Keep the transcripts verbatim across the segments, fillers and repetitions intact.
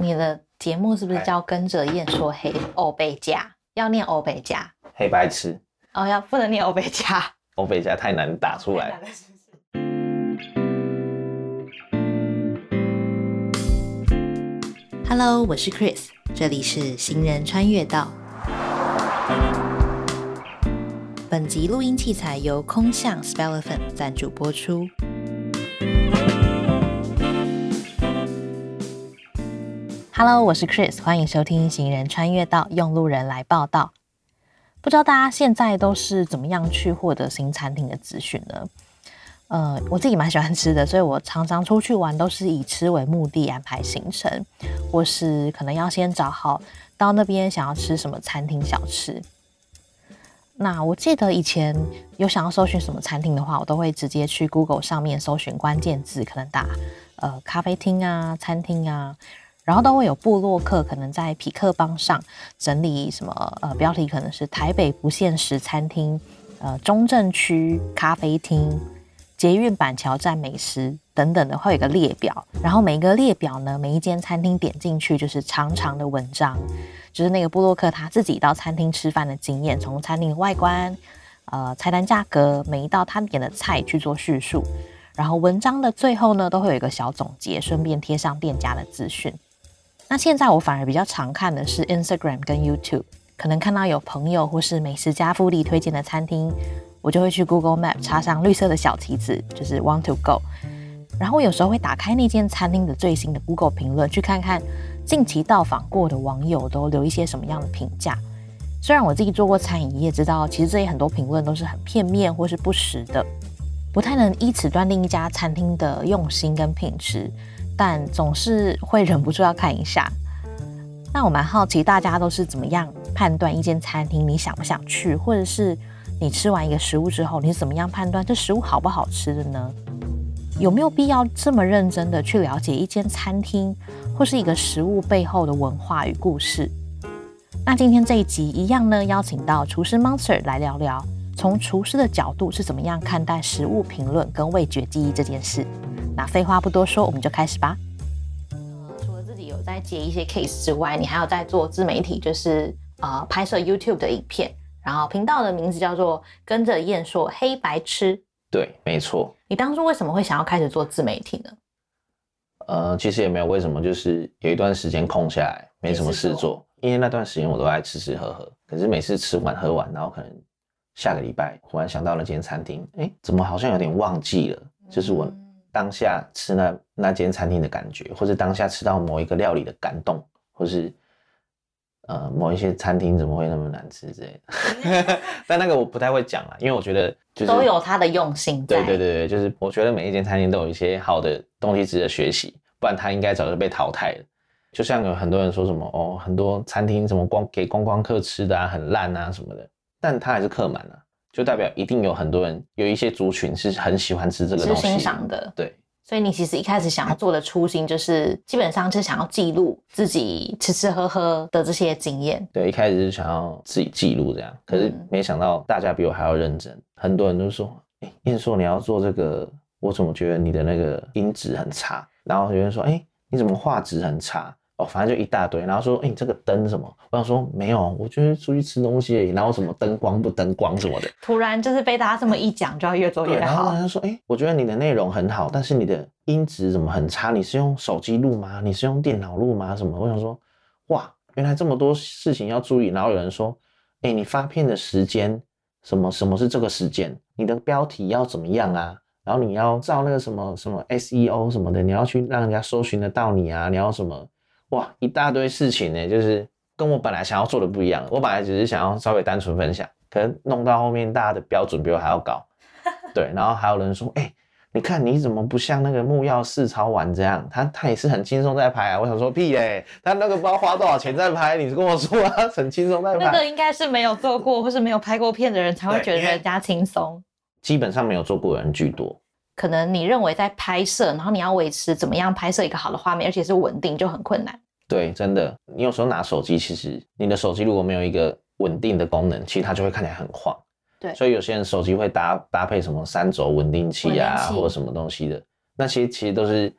你的节目是不是叫跟着燕说黑欧贝加？要念欧贝加， 黑白痴哦，要不能念欧贝加， 欧贝加太难打出来。 Hello， 我是 Chris， 这里是行人穿越道。本集录音器材由空巷 Spelephant 赞助播出。Hello， 我是 Chris， 欢迎收听行人穿越道，用路人来报道。不知道大家现在都是怎么样去获得新餐厅的资讯呢？呃，我自己蛮喜欢吃的，所以我常常出去玩都是以吃为目的安排行程，或是可能要先找好到那边想要吃什么餐厅小吃。那我记得以前有想要搜寻什么餐厅的话，我都会直接去 Google 上面搜寻关键字，可能打呃咖啡厅啊、餐厅啊，然后都会有部落客可能在痞客邦上整理什么呃标题，可能是台北不限时餐厅、呃中正区咖啡厅、捷运板桥站美食等等的，会有一个列表。然后每一个列表呢，每一间餐厅点进去就是长长的文章，就是那个部落客他自己到餐厅吃饭的经验，从餐厅的外观、呃菜单价格，每一道他点的菜去做叙述。然后文章的最后呢，都会有一个小总结，顺便贴上店家的资讯。那现在我反而比较常看的是 Instagram 跟 YouTube， 可能看到有朋友或是美食家附力推荐的餐厅，我就会去 Google Map 插上绿色的小旗子，就是 Want to Go。 然后我有时候会打开那间餐厅的最新的 Google 评论，去看看近期到访过的网友都留一些什么样的评价。虽然我自己做过餐饮业，知道其实这些很多评论都是很片面或是不实的，不太能依此断定一家餐厅的用心跟品质，但总是会忍不住要看一下。那我蛮好奇大家都是怎么样判断一间餐厅你想不想去，或者是你吃完一个食物之后，你是怎么样判断这食物好不好吃的呢？有没有必要这么认真的去了解一间餐厅或是一个食物背后的文化与故事？那今天这一集一样呢，邀请到厨师 Monster 来聊聊，从厨师的角度是怎么样看待食物评论跟味觉记忆这件事。那废话不多说，我们就开始吧。除了自己有在接一些 case 之外，你还有在做自媒体，就是呃拍摄 YouTube 的影片。然后频道的名字叫做跟着燕说黑白吃。 对，没错。 你当初为什么会想要开始做自媒体呢？ 呃，其实也没有为什么，就是有一段时间空下来，没什么事做。因为那段时间我都爱吃吃喝喝，可是每次吃完喝完，然后可能下个礼拜忽然想到了间餐厅，哎，怎么好像有点忘记了？就是我当下吃那那间餐厅的感觉，或者当下吃到某一个料理的感动，或是呃，某一些餐厅怎么会那么难吃之类的，但那个我不太会讲啦，因为我觉得就是都有他的用心在。 对对对对，就是我觉得每一间餐厅都有一些好的东西值得学习，不然它应该早就被淘汰了。就像有很多人说什么哦，很多餐厅什么光给观光客吃的啊，很烂啊什么的，但它还是客满啊，就代表一定有很多人有一些族群是很喜欢吃这个东西， 是欣赏的。 对。 所以你其实一开始想要做的初心就是基本上是想要记录自己吃吃喝喝的这些经验。 对，一开始是想要自己记录这样，可是没想到大家比我还要认真，很多人都说哎，燕硕你要做这个，我怎么觉得你的那个音质很差，然后有人说哎，你怎么画质很差，哦，反正就一大堆，然后说哎，你这个灯什么，我想说没有，我就是出去吃东西而已，然后什么灯光不灯光什么的， 突然就是被大家这么一讲，就要越做越好。 然后他说哎，我觉得你的内容很好，但是你的音质怎么很差，你是用手机录吗？你是用电脑录吗？什么？我想说哇，原来这么多事情要注意。然后有人说哎，你发片的时间什么什么是这个时间，你的标题要怎么样啊，然后你要照那个什么什么 S E O 什么的，你要去让人家搜寻得到你啊，你要什么，哇，一大堆事情呢，就是跟我本来想要做的不一样。我本来只是想要稍微单纯分享，可能弄到后面大家的标准比我还要高。对，然后还有人说哎，你看你怎么不像那个木曜四超玩这样，他他也是很轻松在拍啊。我想说屁嘞，他那个不知道花多少钱在拍，你跟我说啊，很轻松在拍。 那个应该是没有做过或是没有拍过片的人才会觉得人家轻松， 基本上没有做过的人居多。 可能你认为在拍摄，然后你要维持怎么样拍摄一个好的画面，而且是稳定，就很困难。 对，真的，你有时候拿手机，其实你的手机如果没有一个稳定的功能，其实它就会看起来很晃。 对， 所以有些人手机会搭搭配什么三轴稳定器啊，或者什么东西的，那些其实都是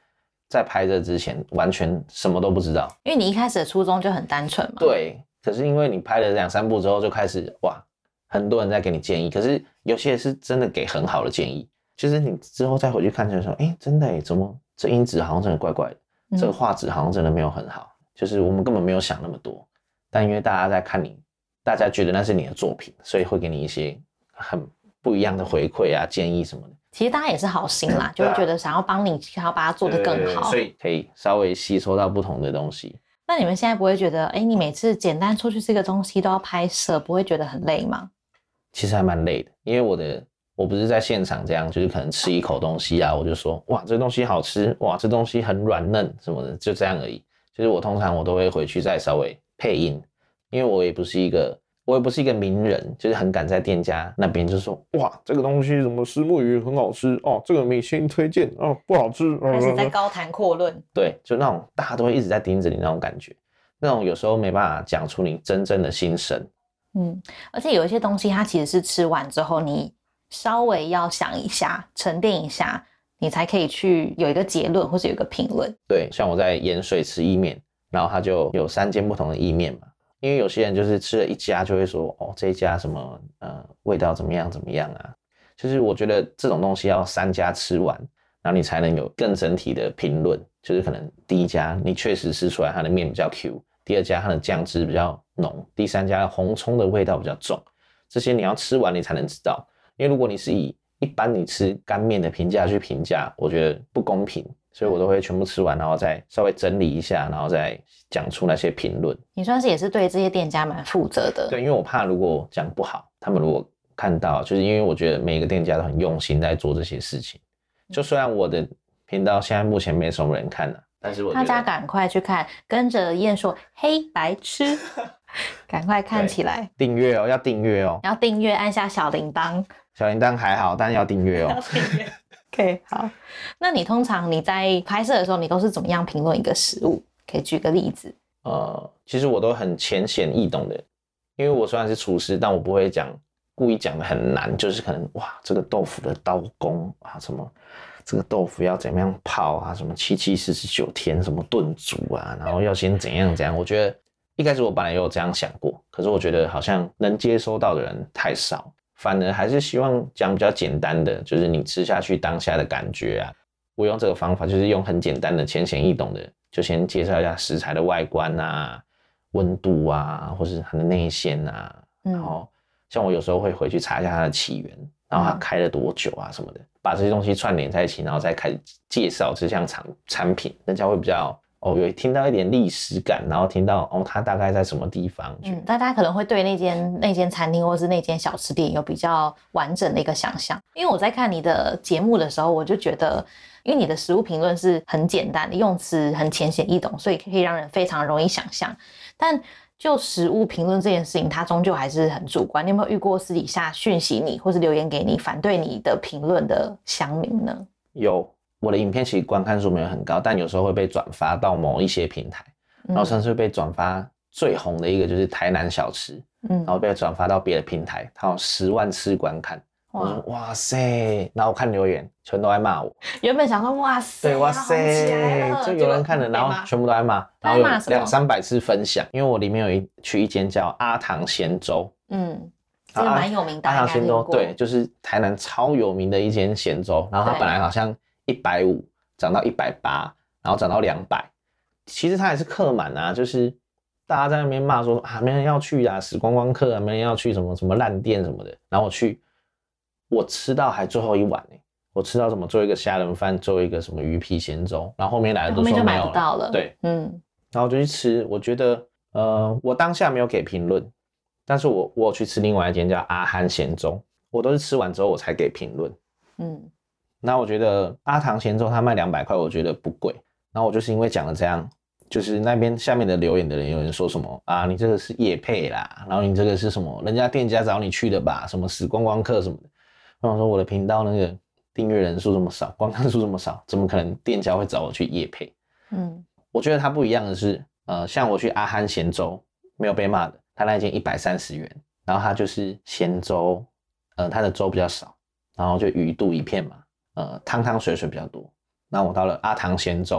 在拍这之前完全什么都不知道， 因为你一开始的初衷就很单纯嘛。 对，可是因为你拍了两三部之后就开始哇，很多人在给你建议，可是有些是真的给很好的建议，就是你之后再回去看就说，哎，真的耶，怎么这音质好像真的怪怪的，嗯、这个画质好像真的没有很好，就是我们根本没有想那么多，但因为大家在看你，大家觉得那是你的作品，所以会给你一些很不一样的回馈啊、建议什么的。 其实大家也是好心啦，就会觉得想要帮你，想要把它做得更好，对对对， 所以可以稍微吸收到不同的东西。 那你们现在不会觉得，哎，你每次简单出去这个东西都要拍摄，不会觉得很累吗？ 其实还蛮累的，因为我的我不是在现场这样，就是可能吃一口东西啊，我就说哇，这东西好吃，哇，这东西很软嫩什么的，就这样而已。就是我通常我都会回去再稍微配音，因为我也不是一个。我也不是一个名人，就是很敢在店家那边就说哇，这个东西什么虱目鱼很好吃哦，这个米其林推荐哦，不好吃， 开始在高谈阔论。 对，就那种大家都会一直在盯着你那种感觉，那种有时候没办法讲出你真正的心声。 嗯，而且有一些东西它其实是吃完之后，你稍微要想一下，沉淀一下，你才可以去有一个结论或者有一个评论。 对，像我在盐水吃意面，然后它就有三间不同的意面嘛。因为有些人就是吃了一家就会说哦，这一家什么呃味道怎么样怎么样啊，就是我觉得这种东西要三家吃完，然后你才能有更整体的评论，就是可能第一家你确实吃出来它的面比较 Q， 第二家它的酱汁比较浓，第三家红葱的味道比较重，这些你要吃完你才能知道，因为如果你是以一般你吃干面的评价去评价，我觉得不公平，所以我都会全部吃完，然后再稍微整理一下，然后再讲出那些评论。 你算是也是对这些店家蛮负责的。 对，因为我怕如果讲不好，他们如果看到，就是因为我觉得每个店家都很用心在做这些事情。就虽然我的频道现在目前没什么人看了、啊，但是我觉得大家赶快去看，跟着燕说黑白吃，赶快看起来。 订阅哦，要订阅哦， 要订阅，按下小铃铛。 小铃铛还好，但要订阅哦。 要订阅。OK， 好。那你通常你在拍摄的时候，你都是怎么样评论一个食物？可以举个例子。 呃，其实我都很浅显易懂的，因为我虽然是厨师，但我不会讲故意讲的很难，就是可能哇，这个豆腐的刀工啊，什么这个豆腐要怎么样泡啊，什么七七四十九天什么炖煮啊，然后要先怎样怎样。我觉得一开始我本来也有这样想过，可是我觉得好像能接收到的人太少，反而还是希望讲比较简单的，就是你吃下去当下的感觉啊。我用这个方法就是用很简单的浅显易懂的，就先介绍一下食材的外观啊、温度啊，或是它的内馅啊，嗯、然后像我有时候会回去查一下它的起源，然后它开了多久啊什么的，把这些东西串联在一起，然后再开始介绍这项产产品，人家会比较哦有听到一点历史感，然后听到哦它大概在什么地方。 嗯，大家可能会对那间那间餐厅或是那间小吃店有比较完整的一个想象。因为我在看你的节目的时候，我就觉得。因为你的食物评论是很简单的，用词很浅显易懂，所以可以让人非常容易想象。但就食物评论这件事情，它终究还是很主观。你有没有遇过私底下讯息你，或是留言给你反对你的评论的乡民呢？ 有，我的影片其实观看数没有很高，但有时候会被转发到某一些平台，然后甚至会被转发最红的一个就是台南小吃，嗯，然后被转发到别的平台，它有十万次观看。我说哇塞，然后我看留言全都在骂我。 原本想说哇塞， 对哇塞，就有人看了，然后全部都在骂，然后有两三百次分享。因为我里面有一去一间叫阿唐咸粥， 嗯，这个蛮有名的。 阿唐咸粥对，就是台南超有名的一间咸粥。然后它本来好像一百五涨到一百八，然后涨到两百。其实它也是客满啊，就是大家在那边骂说啊，没人要去啊，死观光客啊，没人要去什么什么烂店什么的。然后我去。我吃到还最后一碗、欸、我吃到什么做一个虾仁饭，做一个什么鱼皮咸粥，然后后面来的都说没有了，后面就买不到了。对，嗯，然后我就去吃，我觉得呃，我当下没有给评论，但是我我有去吃另外一间叫阿憨咸粥，我都是吃完之后我才给评论。嗯，那我觉得阿唐咸粥它卖两百块，我觉得不贵。然后我就是因为讲了这样，就是那边下面的留言的人有人说什么啊，你这个是业配啦，然后你这个是什么人家店家找你去的吧，什么死观光客什么的。我想说我的频道那个订阅人数这么少，观看数这么少，怎么可能店家会找我去业配？嗯，我觉得它不一样的是，呃，像我去阿憨咸粥没有被骂的，他那一间一百三十元，然后它就是咸粥，呃，它的粥比较少，然后就鱼肚一片嘛，呃，汤汤水水比较多。然后我到了阿唐咸粥，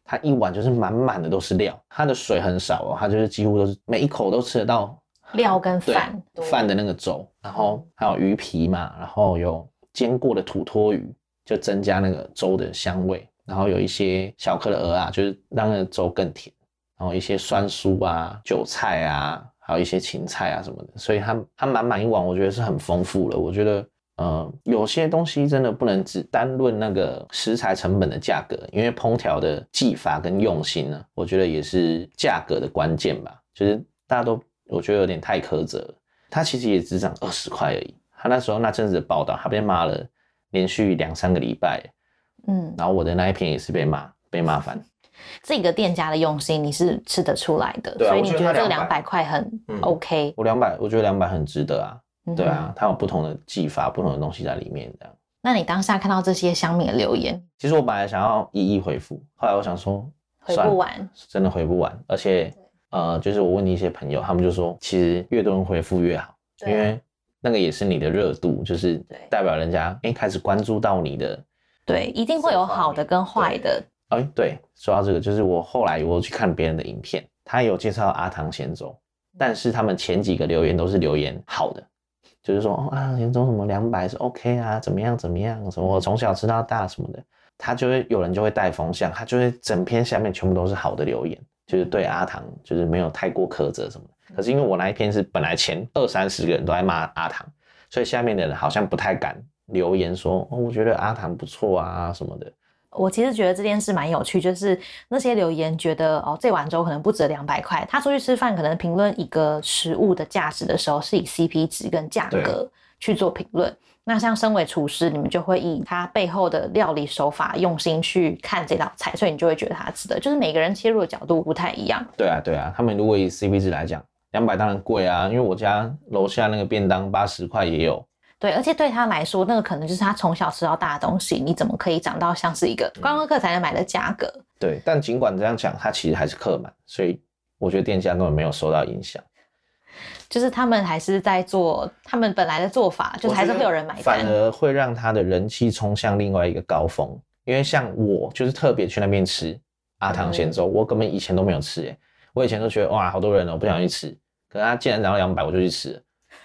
它一碗就是满满的都是料，它的水很少哦，它就是几乎都是每一口都吃得到料跟饭饭的那个粥，然后还有鱼皮嘛，然后有煎过的土托鱼，就增加那个粥的香味，然后有一些小颗的鹅啊，就是让那个粥更甜，然后一些酸蔬啊、韭菜啊，还有一些芹菜啊什么的，所以它它满满一碗，我觉得是很丰富了。我觉得呃有些东西真的不能只单论那个食材成本的价格，因为烹调的技法跟用心呢，我觉得也是价格的关键吧。就是大家都我觉得有点太苛责了，它其实也只涨二十块而已。他那时候那阵子的报道，他被骂了连续两三个礼拜，嗯，然后我的那一篇也是被骂被骂翻。 这个店家的用心你是吃得出来的， 对啊， 所以你觉得这个两百块很 OK？、嗯、 我两百，我觉得两百很值得啊。嗯、对啊，它有不同的技法、不同的东西在里面，这样。 那你当下看到这些乡民的留言， 其实我本来想要一一回复，后来我想说回不完， 真的回不完，而且呃，就是我问一些朋友，他们就说，其实越多人回复越好，因为那个也是你的热度，就是代表人家哎开始关注到你的， 对，一定会有好的跟坏的。 哎，对，说到这个，就是我后来我去看别人的影片，他有介绍阿唐咸粥，但是他们前几个留言都是留言好的，就是说哦，阿唐咸粥什么两百是 OK 啊，怎么样怎么样，什么我从小吃到大什么的，他就会有人就会带风向，他就会整篇下面全部都是好的留言，就是对阿唐就是没有太过苛责什么的。可是因为我那一篇是本来前二三十个人都在骂阿唐，所以下面的人好像不太敢留言说哦，我觉得阿唐不错啊什么的。 我其实觉得这件事蛮有趣，就是那些留言觉得哦，这碗粥可能不值两百块，他出去吃饭可能评论一个食物的价值的时候，是以 C P 值跟价格去做评论。那像身为厨师，你们就会以他背后的料理手法用心去看这道菜，所以你就会觉得他值得。就是每个人切入的角度不太一样。 对啊，对啊，他们如果以 C P 值来讲，两百当然贵啊，因为我家楼下那个便当八十块也有。 对，而且对他来说，那个可能就是他从小吃到大的东西，你怎么可以涨到像是一个观光客才能买的价格？嗯、 对，但尽管这样讲，他其实还是客满，所以我觉得店家根本没有受到影响。 就是他们还是在做他们本来的做法，就是还是会有人买单， 反而会让他的人气冲向另外一个高峰。因为像我就是特别去那边吃阿唐咸粥，嗯、我根本以前都没有吃耶，我以前都觉得哇好多人哦，不想去吃，可是他既然涨到两百，我就去吃了。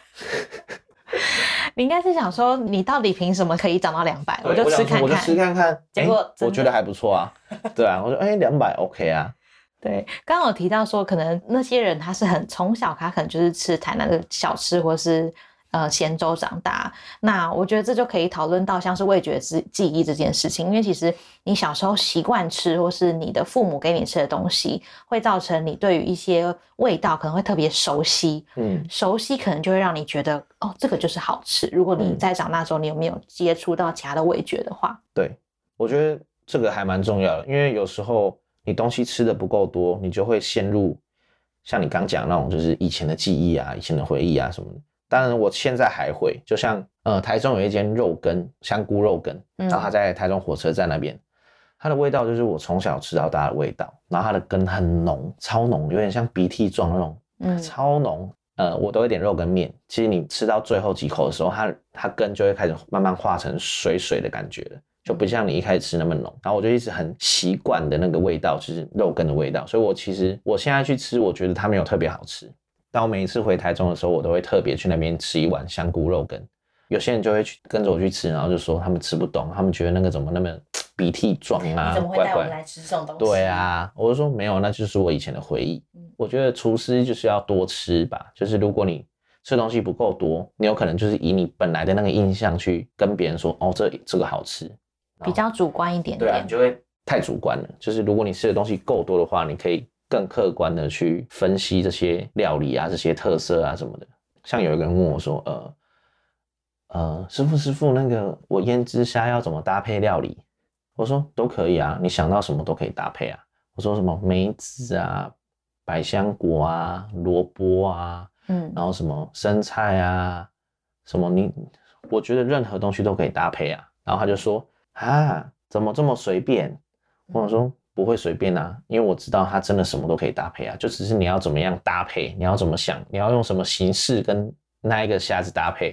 你应该是想说，你到底凭什么可以涨到两百？我就吃看看， 我就吃看看， 结果、欸、 我觉得还不错啊。对啊，我说哎两百 OK 啊。 对，刚刚有提到说，可能那些人他是很从小他可能就是吃台南的小吃或是呃咸粥长大，那我觉得这就可以讨论到像是味觉记忆这件事情，因为其实你小时候习惯吃或是你的父母给你吃的东西，会造成你对于一些味道可能会特别熟悉，嗯，熟悉可能就会让你觉得哦这个就是好吃。如果你在长大之后你有没有接触到其他的味觉的话， 对，我觉得这个还蛮重要的，因为有时候你东西吃的不够多，你就会陷入像你刚讲那种就是以前的记忆啊，以前的回忆啊什么的。当然我现在还会，就像呃台中有一间肉羹，香菇肉羹，然后它在台中火车站那边，嗯、它的味道就是我从小吃到大的味道，然后它的羹很浓，超浓，有点像鼻涕状那种，嗯、超浓。呃，我都会点肉羹面，其实你吃到最后几口的时候，它它羹就会开始慢慢化成水水的感觉了。就不像你一开始吃那么浓，然后我就一直很习惯的那个味道，就是肉羹的味道，所以我其实我现在去吃，我觉得它没有特别好吃。但我每一次回台中的时候，我都会特别去那边吃一碗香菇肉羹。有些人就会去跟着我去吃，然后就说他们吃不懂，他们觉得那个怎么那么鼻涕状啊， 你怎么会带我们来吃这种东西？ 对啊，我就说没有，那就是我以前的回忆。嗯、我觉得厨师就是要多吃吧，就是如果你吃东西不够多，你有可能就是以你本来的那个印象去跟别人说，哦，这这个好吃。 比较主观一点点， 对啊，你就会太主观了。就是如果你吃的东西够多的话，你可以更客观的去分析这些料理啊、这些特色啊什么的。像有一个人问我说：“呃呃，师傅师傅，那个我腌制虾要怎么搭配料理？”我说：“都可以啊，你想到什么都可以搭配啊。”我说什么梅子啊、百香果啊、萝卜啊，嗯，然后什么生菜啊，什么你，我觉得任何东西都可以搭配啊。然后他就说。啊，怎么这么随便？我说不会随便啊，因为我知道它真的什么都可以搭配啊，就只是你要怎么样搭配，你要怎么想，你要用什么形式跟那一个虾子搭配，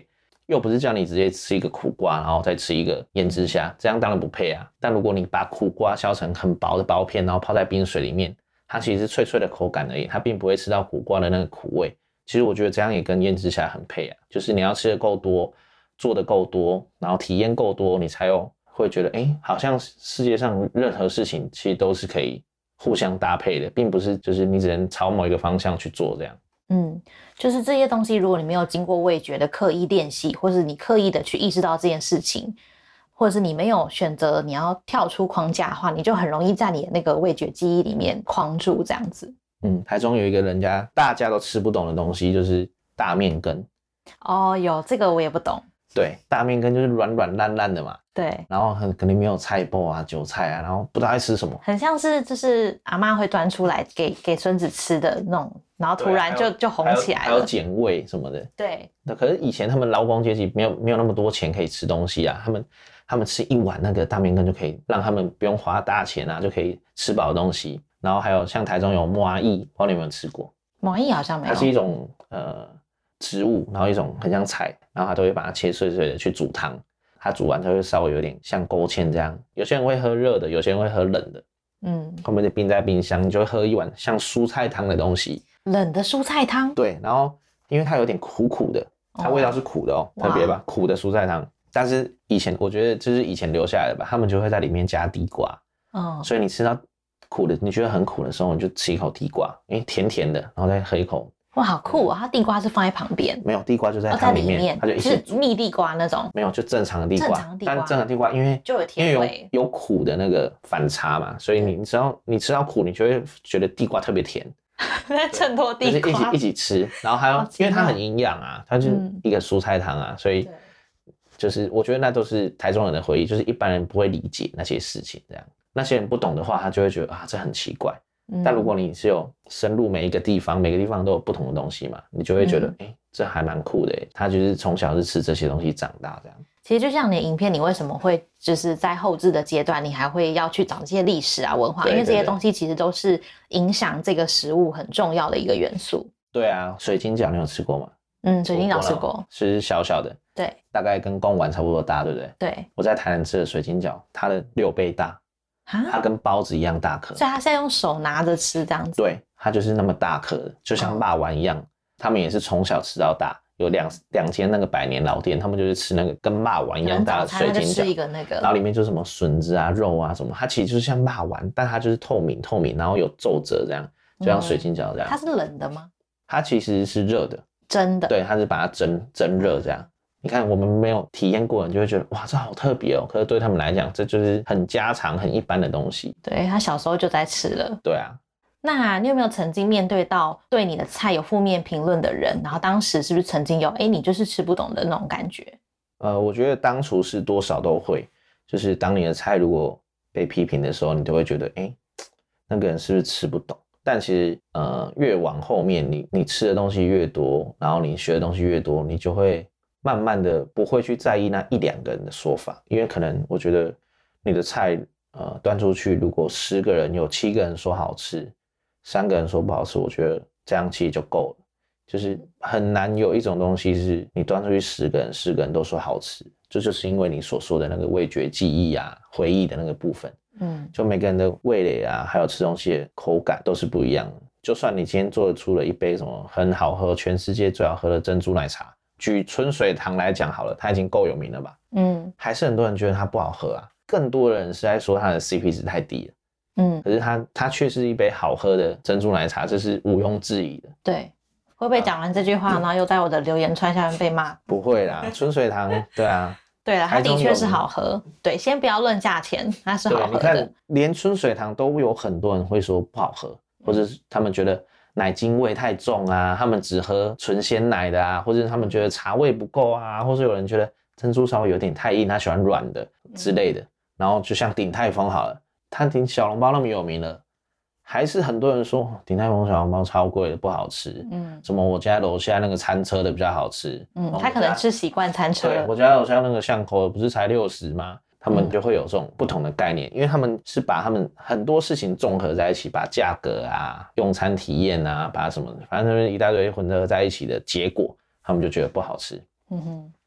又不是叫你直接吃一个苦瓜，然后再吃一个腌制虾，这样当然不配啊。但如果你把苦瓜削成很薄的薄片，然后泡在冰水里面，它其实是脆脆的口感而已，它并不会吃到苦瓜的那个苦味。其实我觉得这样也跟腌制虾很配啊，就是你要吃的够多，做的够多，然后体验够多，你才有会觉得，哎，好像世界上任何事情其实都是可以互相搭配的，并不是就是你只能朝某一个方向去做这样。 嗯，就是这些东西，如果你没有经过味觉的刻意练习，或是你刻意的去意识到这件事情，或者是你没有选择你要跳出框架的话，你就很容易在你的那个味觉记忆里面框住这样子。 嗯，台中有一个人家大家都吃不懂的东西，就是大面羹。 哦，有这个我也不懂。 对，大面羹就是软软烂烂的嘛。 对， 然后很可能没有菜包啊、韭菜啊，然后不知道在吃什么， 很像是就是阿嬷会端出来给给孙子吃的那种，然后突然就就红起来了， 还有碱味什么的。 对， 那可是以前他们劳工阶级没有没有那么多钱可以吃东西啊，他们他们吃一碗那个大面羹就可以让他们不用花大钱啊，就可以吃饱东西。然后还有像台中有麻薏，不知道你有没有吃过？ 麻薏好像没有。 它是一种呃植物，然后一种很像菜，然后它都会把它切碎碎的去煮汤。它煮完它会稍微有点像勾芡这样，有些人会喝热的，有些人会喝冷的，嗯，后面就冰在冰箱，你就会喝一碗像蔬菜汤的东西， 冷的蔬菜汤， 对，然后因为它有点苦苦的，它味道是苦的哦，哦特别吧，苦的蔬菜汤，但是以前我觉得这是以前留下来的吧，他们就会在里面加地瓜，哦，所以你吃到苦的，你觉得很苦的时候，你就吃一口地瓜，因为甜甜的，然后再喝一口。 哇，好酷啊！它地瓜是放在旁边， 没有地瓜就在汤里面， 哦、里面它就一起是蜜地瓜那种， 没有就正常的地瓜， 正常地瓜但正常地瓜因为就有甜味， 因为有有苦的那个反差嘛，所以你只要你吃到苦，你就会觉得地瓜特别甜， 在衬托地瓜， 就是一起一起吃，然后还有因为它很营养啊，它就是一个蔬菜汤啊，嗯、所以就是我觉得那都是台中人的回忆，就是一般人不会理解那些事情，这样那些人不懂的话，他就会觉得啊这很奇怪。但如果你是有深入每一个地方，每个地方都有不同的东西嘛，你就会觉得，哎、嗯欸，这还蛮酷的耶。他就是从小是吃这些东西长大这样。 其实就像你的影片，你为什么会就是在后制的阶段，你还会要去找这些历史啊、文化，因为这些东西其实都是影响这个食物很重要的一个元素。 对啊，水晶饺你有吃过吗？ 嗯，水晶饺吃过， 是小小的， 对， 大概跟贡丸差不多大，对不对？ 对。 我在台南吃的水晶饺，它的六倍大。它跟包子一样大颗， 所以它是要用手拿着吃这样子。 对，它就是那么大颗的，就像肉丸一样。哦、他们也是从小吃到大，有两两间那个百年老店，他们就是吃那个跟肉丸一样大的水晶饺， 一个那个， 然后里面就是什么笋子啊、肉啊什么，它其实就是像肉丸，但它就是透明透明，然后有皱褶这样，就像水晶饺这样。 嗯、它是冷的吗？ 它其实是热的， 蒸的。 对，它是把它蒸蒸热这样。你看，我们没有体验过，你就会觉得哇，这好特别哦。可是对他们来讲，这就是很家常、很一般的东西。 对，他小时候就在吃了。 对啊。 那你有没有曾经面对到对你的菜有负面评论的人？然后当时是不是曾经有，哎，你就是吃不懂的那种感觉？ 呃，我觉得当厨师多少都会，就是当你的菜如果被批评的时候，你都会觉得，哎，那个人是不是吃不懂？但其实，呃，越往后面，你你吃的东西越多，然后你学的东西越多，你就会。慢慢的不会去在意那一两个人的说法，因为可能我觉得你的菜呃端出去，如果十个人有七个人说好吃，三个人说不好吃，我觉得这样其实就够了。就是很难有一种东西是你端出去十个人，十个人都说好吃，这就是因为你所说的那个味觉记忆啊、回忆的那个部分。嗯，就每个人的味蕾啊，还有吃东西的口感都是不一样的。就算你今天做出了一杯什么很好喝、全世界最好喝的珍珠奶茶。举春水堂来讲好了，它已经够有名了吧？嗯，还是很多人觉得它不好喝啊。更多人是在说它的 C P 值太低了。嗯，可是它它却是一杯好喝的珍珠奶茶，这是毋庸置疑的。 对，会不会讲完这句话，啊、然后又在我的留言串下面被骂？ 不会啦，春水堂，对啊， 对了，它的确是好喝。对，先不要论价钱，它是好喝的。 你看，连春水堂都有很多人会说不好喝，或者是他们觉得。奶精味太重啊，他们只喝纯鲜奶的啊，或者他们觉得茶味不够啊，或者有人觉得珍珠稍微有点太硬，他喜欢软的之类的。然后就像鼎泰丰好了，他鼎小笼包那么有名了，还是很多人说鼎泰丰小笼包超贵的，不好吃。嗯，什么我家楼下那个餐车的比较好吃。 嗯，他可能吃习惯餐车了。 对，我家楼下那个巷口的不是才六十吗？他们就会有这种不同的概念，因为他们是把他们很多事情综合在一起，把价格啊、用餐体验啊，把什么，反正一大堆混合在一起的结果，他们就觉得不好吃。嗯哼，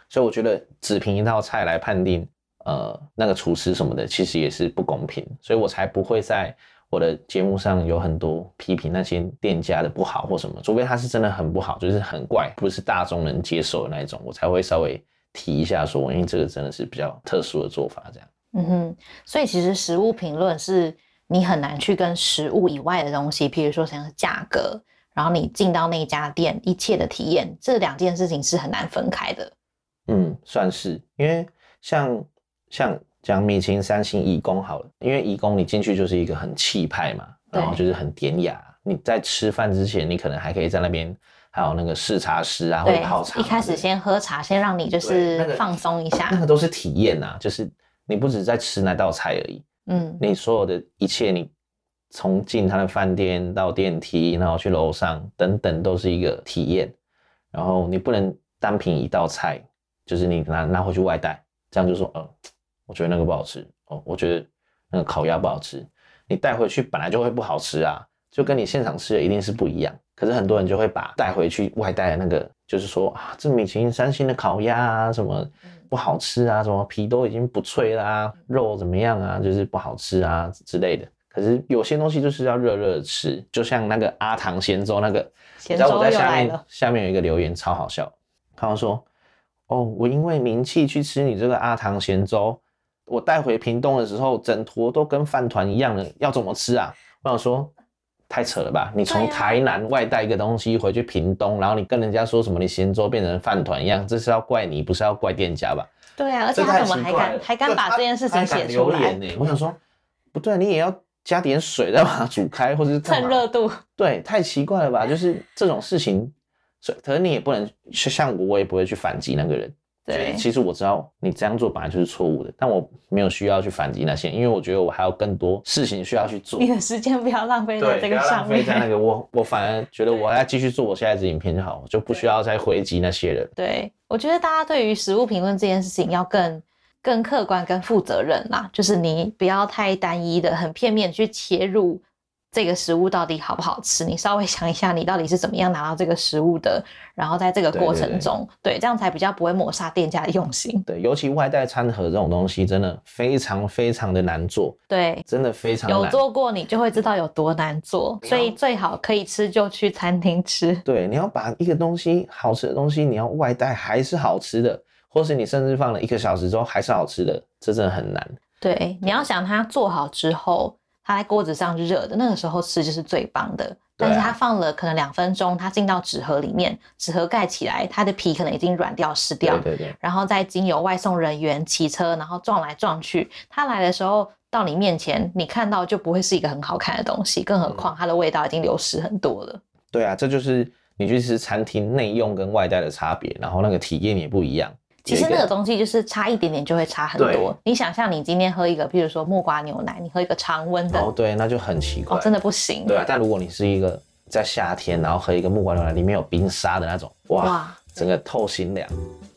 所以我觉得只凭一道菜来判定呃那个厨师什么的，其实也是不公平，所以我才不会在我的节目上有很多批评那些店家的不好或什么，除非他是真的很不好，就是很怪，不是大众能接受的那一种，我才会稍微提一下说，因为这个真的是比较特殊的做法这样。 嗯哼，所以其实食物评论是你很难去跟食物以外的东西，譬如说像是价格，然后你进到那家店一切的体验，这两件事情是很难分开的。 嗯，算是，因为像像讲米其林三星颐宫好了，因为颐宫你进去就是一个很气派嘛，然后就是很典雅。你在吃饭之前，你可能还可以在那边还有那个试茶师啊，或者泡茶。 一开始先喝茶，先让你就是放松一下、 那個。那个都是体验啊，就是你不只在吃那道菜而已， 嗯， 你所有的一切，你从进他的饭店到电梯，然后去楼上等等，都是一个体验。然后你不能单凭一道菜，就是你拿拿回去外带，这样就说，呃，我觉得那个不好吃，哦，我觉得那个烤鸭不好吃，你带回去本来就会不好吃啊，就跟你现场吃的一定是不一样。可是很多人就会把带回去外带的那个，就是说啊，这米其林三星的烤鸭啊，什么不好吃啊，什么皮都已经不脆啦、啊，肉怎么样啊，就是不好吃啊之类的。可是有些东西就是要热热的吃，就像那个阿唐咸粥那个， 咸粥又来了。 下面有一个留言超好笑，他说：“哦，我因为名气去吃你这个阿唐咸粥，我带回屏东的时候，整坨都跟饭团一样的，要怎么吃啊？”我想说，太扯了吧！你从台南外带一个东西回去屏东，然后你跟人家说什么你咸粥变成饭团一样，这是要怪你，不是要怪店家吧？ 对啊，而且他怎么还敢还敢把这件事情写出来？ 欸、我想说，不对，你也要加点水再把它煮开，或者是趁热度。 对，太奇怪了吧？就是这种事情，可是你也不能像我，我也不会去反击那个人。对，其实我知道你这样做本来就是错误的，但我没有需要去反击那些，因为我觉得我还有更多事情需要去做。 你的时间不要浪费在这个上面。 对，不要浪费在那个，我我反而觉得我要继续做我下一支影片就好，我就不需要再回击那些人。 对，我觉得大家对于食物评论这件事情要更更客观、跟负责任啦，就是你不要太单一的、很片面去切入这个食物到底好不好吃，你稍微想一下你到底是怎么样拿到这个食物的，然后在这个过程中， 对, 对, 对, 对，这样才比较不会抹杀店家的用心。 对，尤其外带餐盒这种东西真的非常非常的难做。 对， 真的非常难。 有做过你就会知道有多难做，所以最好可以吃就去餐厅吃。 对，你要把一个东西好吃的东西你要外带还是好吃的，或是你甚至放了一个小时之后还是好吃的，这真的很难。 对，你要想它做好之后它在锅子上热的，那个时候吃就是最棒的。但是它放了可能两分钟，它进到纸盒里面，纸盒盖起来，它的皮可能已经软掉湿掉， 对对对， 然后再经由外送人员骑车，然后撞来撞去，它来的时候到你面前，你看到就不会是一个很好看的东西，更何况它的味道已经流失很多了。 对啊，这就是你去吃餐厅内用跟外带的差别，然后那个体验也不一样。 其实那个东西就是差一点点就会差很多。你想象你今天喝一个，譬如说木瓜牛奶，你喝一个常温的， 哦，对，那就很奇怪， 哦，真的不行。 对啊，但如果你是一个在夏天，然后喝一个木瓜牛奶，里面有冰沙的那种，哇，哇整个透心凉。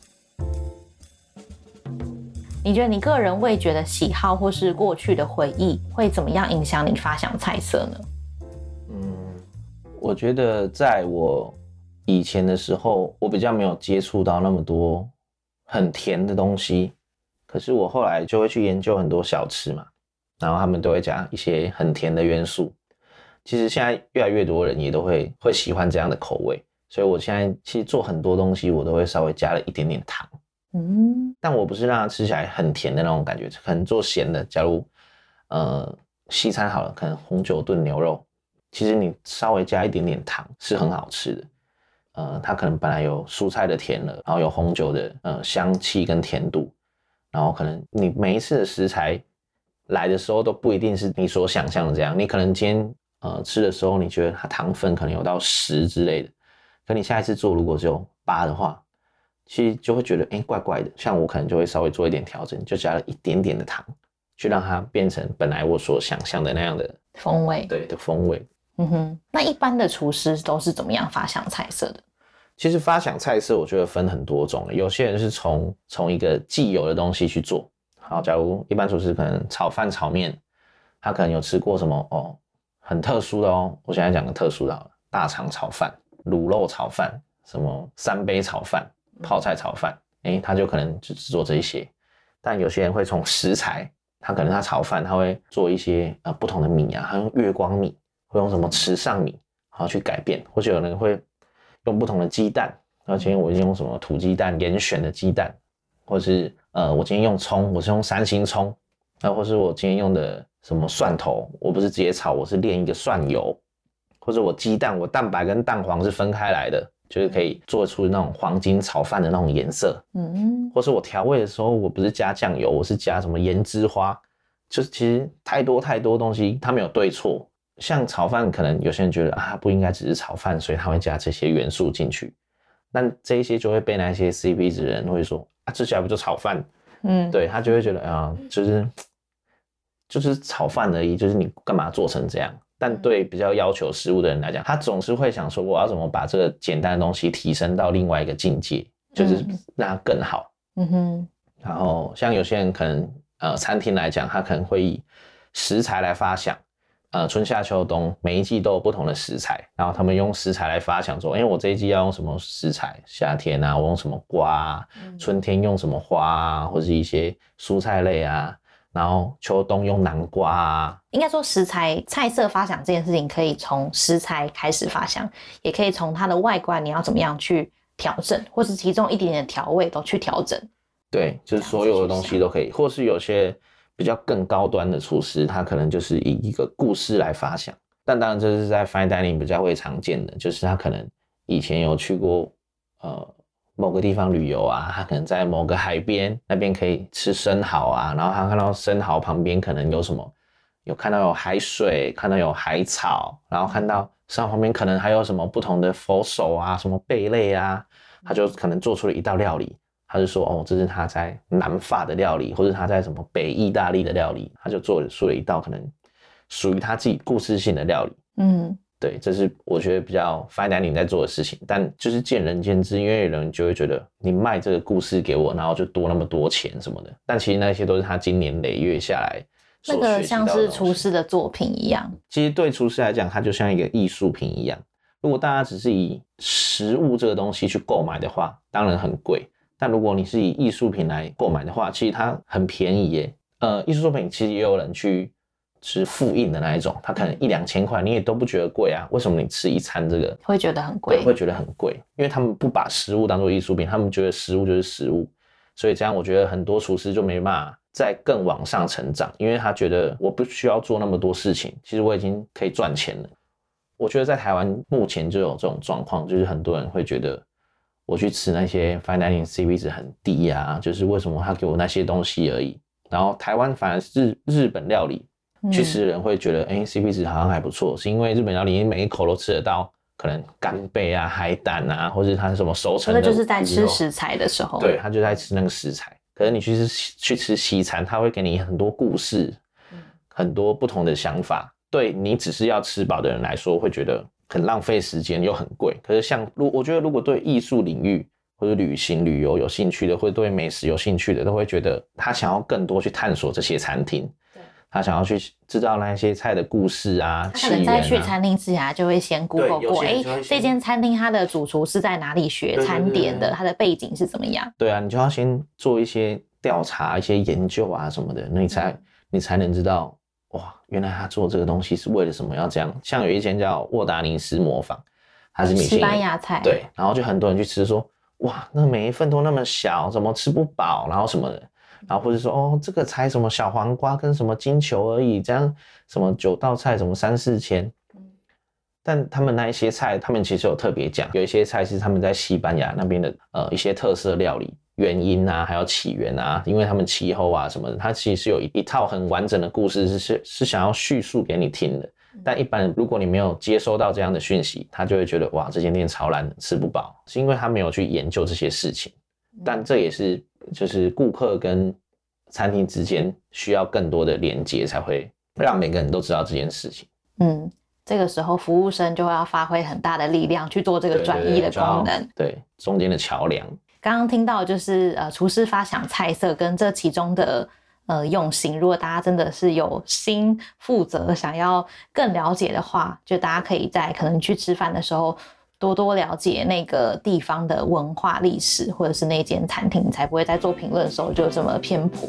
你觉得你个人味觉的喜好或是过去的回忆，会怎么样影响你发想菜色呢？ 嗯，我觉得在我以前的时候，我比较没有接触到那么多很甜的东西，可是我后来就会去研究很多小吃嘛，然后他们都会加一些很甜的元素。其实现在越来越多人也都会会喜欢这样的口味，所以我现在其实做很多东西我都会稍微加了一点点糖，嗯，但我不是让它吃起来很甜的那种感觉，可能做咸的，假如呃西餐好了，可能红酒炖牛肉，其实你稍微加一点点糖是很好吃的。呃，它可能本来有蔬菜的甜了，然后有红酒的呃香气跟甜度，然后可能你每一次的食材来的时候都不一定是你所想象的这样，你可能今天呃吃的时候你觉得它糖分可能有到十之类的，可你下一次做如果只有八的话，其实就会觉得哎怪怪的，像我可能就会稍微做一点调整，就加了一点点的糖，去让它变成本来我所想象的那样的风味， 对的风味。 嗯哼，那一般的厨师都是怎么样发想菜色的？ 其实发想菜色我觉得分很多种，有些人是从从一个既有的东西去做。好，假如一般厨师可能炒饭炒面，他可能有吃过什么哦很特殊的哦，我现在讲个特殊的好了，大肠炒饭、卤肉炒饭、什么三杯炒饭、泡菜炒饭， 哎，他就可能只做这一些。但有些人会从食材，他可能他炒饭他会做一些呃不同的米啊，他用月光米，会用什么池上米，然后去改变，或者有人会用不同的鸡蛋，然后今天我用什么土鸡蛋严选的鸡蛋，或是呃我今天用葱，我是用三星葱，啊，或是我今天用的什么蒜头，我不是直接炒，我是炼一个蒜油，或者我鸡蛋，我蛋白跟蛋黄是分开来的。就是可以做出那种黄金炒饭的那种颜色，嗯，或是我调味的时候，我不是加酱油，我是加什么盐之花，就是其实太多太多东西，它没有对错。像炒饭，可能有些人觉得啊，不应该只是炒饭，所以他会加这些元素进去，但这一些就会被那些 C P 值的人会说啊，吃起来不就炒饭？嗯，对他就会觉得啊，就是就是炒饭而已，就是你干嘛做成这样？但对比较要求食物的人来讲，他总是会想说，我要怎么把这个简单的东西提升到另外一个境界，就是让它更好。嗯哼。然后像有些人可能呃餐厅来讲，他可能会以食材来发想，呃春夏秋冬每一季都有不同的食材，然后他们用食材来发想说，哎，我这一季要用什么食材？夏天啊，我用什么瓜啊？春天用什么花啊？或是一些蔬菜类啊。然后秋冬用南瓜啊， 应该说食材菜色发想这件事情可以从食材开始发想，也可以从它的外观你要怎么样去调整，或是其中一点点调味都去调整。 对，就是所有的东西都可以，或是有些比较更高端的厨师，他可能就是以一个故事来发想。但当然这是在 fine dining 比较会常见的，就是他可能以前有去过呃。某个地方旅游啊，他可能在某个海边那边可以吃生蚝啊，然后他看到生蚝旁边可能有什么，有看到有海水，看到有海草，然后看到生蚝旁边可能还有什么不同的佛手啊，什么贝类啊，他就可能做出了一道料理，他就说哦，这是他在南法的料理，或者他在什么北意大利的料理，他就做出了一道可能属于他自己故事性的料理。嗯。对，这是我觉得比较 fine dining 在做的事情，但就是见仁见智，因为有人就会觉得你卖这个故事给我，然后就多那么多钱什么的，但其实那些都是他经年累月下来所学习到的东西。 那个像是厨师的作品一样， 其实对厨师来讲，它就像一个艺术品一样。如果大家只是以食物这个东西去购买的话，当然很贵，但如果你是以艺术品来购买的话，其实它很便宜耶。呃，艺术作品其实也有人去吃复印的那一种，它可能一两千块，你也都不觉得贵啊？为什么你吃一餐这个会觉得很贵？ 对，会觉得很贵，因为他们不把食物当作艺术品，他们觉得食物就是食物，所以这样我觉得很多厨师就没办法再更往上成长，因为他觉得我不需要做那么多事情，其实我已经可以赚钱了。我觉得在台湾目前就有这种状况，就是很多人会觉得我去吃那些 fine dining C P 值很低啊，就是为什么他给我那些东西而已。然后台湾反而是日本料理。去吃的人会觉得，哎、欸、，C P 值好像还不错，是因为日本料理你每一口都吃得到，可能干贝啊、海胆啊，或者它什么熟成的， 那就是在吃食材的时候， 对，他就在吃那个食材。可是你去吃去吃西餐，他会给你很多故事，很多不同的想法。对你只是要吃饱的人来说，会觉得很浪费时间又很贵。可是像，我觉得如果对艺术领域或者旅行旅游有兴趣的，或者对美食有兴趣的，都会觉得他想要更多去探索这些餐厅。他想要去知道那些菜的故事啊， 他可能在去餐厅之前就会先 Google 过，哎，这间餐厅它的主厨是在哪里学餐点的，它的背景是怎么样？ 对啊，你就要先做一些调查、一些研究啊什么的，那你才、嗯、你才能知道，哇，原来他做这个东西是为了什么要这样。像有一间叫沃达尼斯磨坊，它是米其林西班牙菜， 对，然后就很多人去吃说，哇，那每一份都那么小，怎么吃不饱，然后什么的。然后或者说哦，这个才什么小黄瓜跟什么金球而已，这样什么九道菜什么三四千，但他们那一些菜，他们其实有特别讲，有一些菜是他们在西班牙那边的呃一些特色料理，原因啊，还有起源啊，因为他们气候啊什么的，它其实是有一一套很完整的故事，是是想要叙述给你听的。但一般如果你没有接收到这样的讯息，他就会觉得哇，这间店超烂，吃不饱，是因为他没有去研究这些事情。但这也是就是顾客跟餐厅之间需要更多的连接，才会让每个人都知道这件事情。 嗯，这个时候服务生就会要发挥很大的力量去做这个转译的功能， 对, 对, 对，中间的桥梁。 刚刚听到就是呃厨师发想菜色跟这其中的呃用心，如果大家真的是有心负责想要更了解的话，就大家可以在可能去吃饭的时候多多了解那个地方的文化历史，或者是那间餐厅，才不会在做评论的时候就这么偏颇。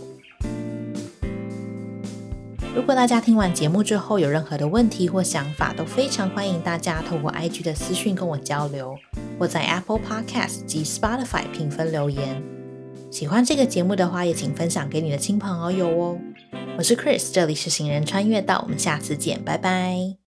如果大家听完节目之后有任何的问题或想法，都非常欢迎大家透过 I G 的私讯跟我交流，或在 Apple Podcast 及 Spotify 评分留言。喜欢这个节目的话，也请分享给你的亲朋好友哦。我是 Chris， 这里是行人穿越道，我们下次见，拜拜。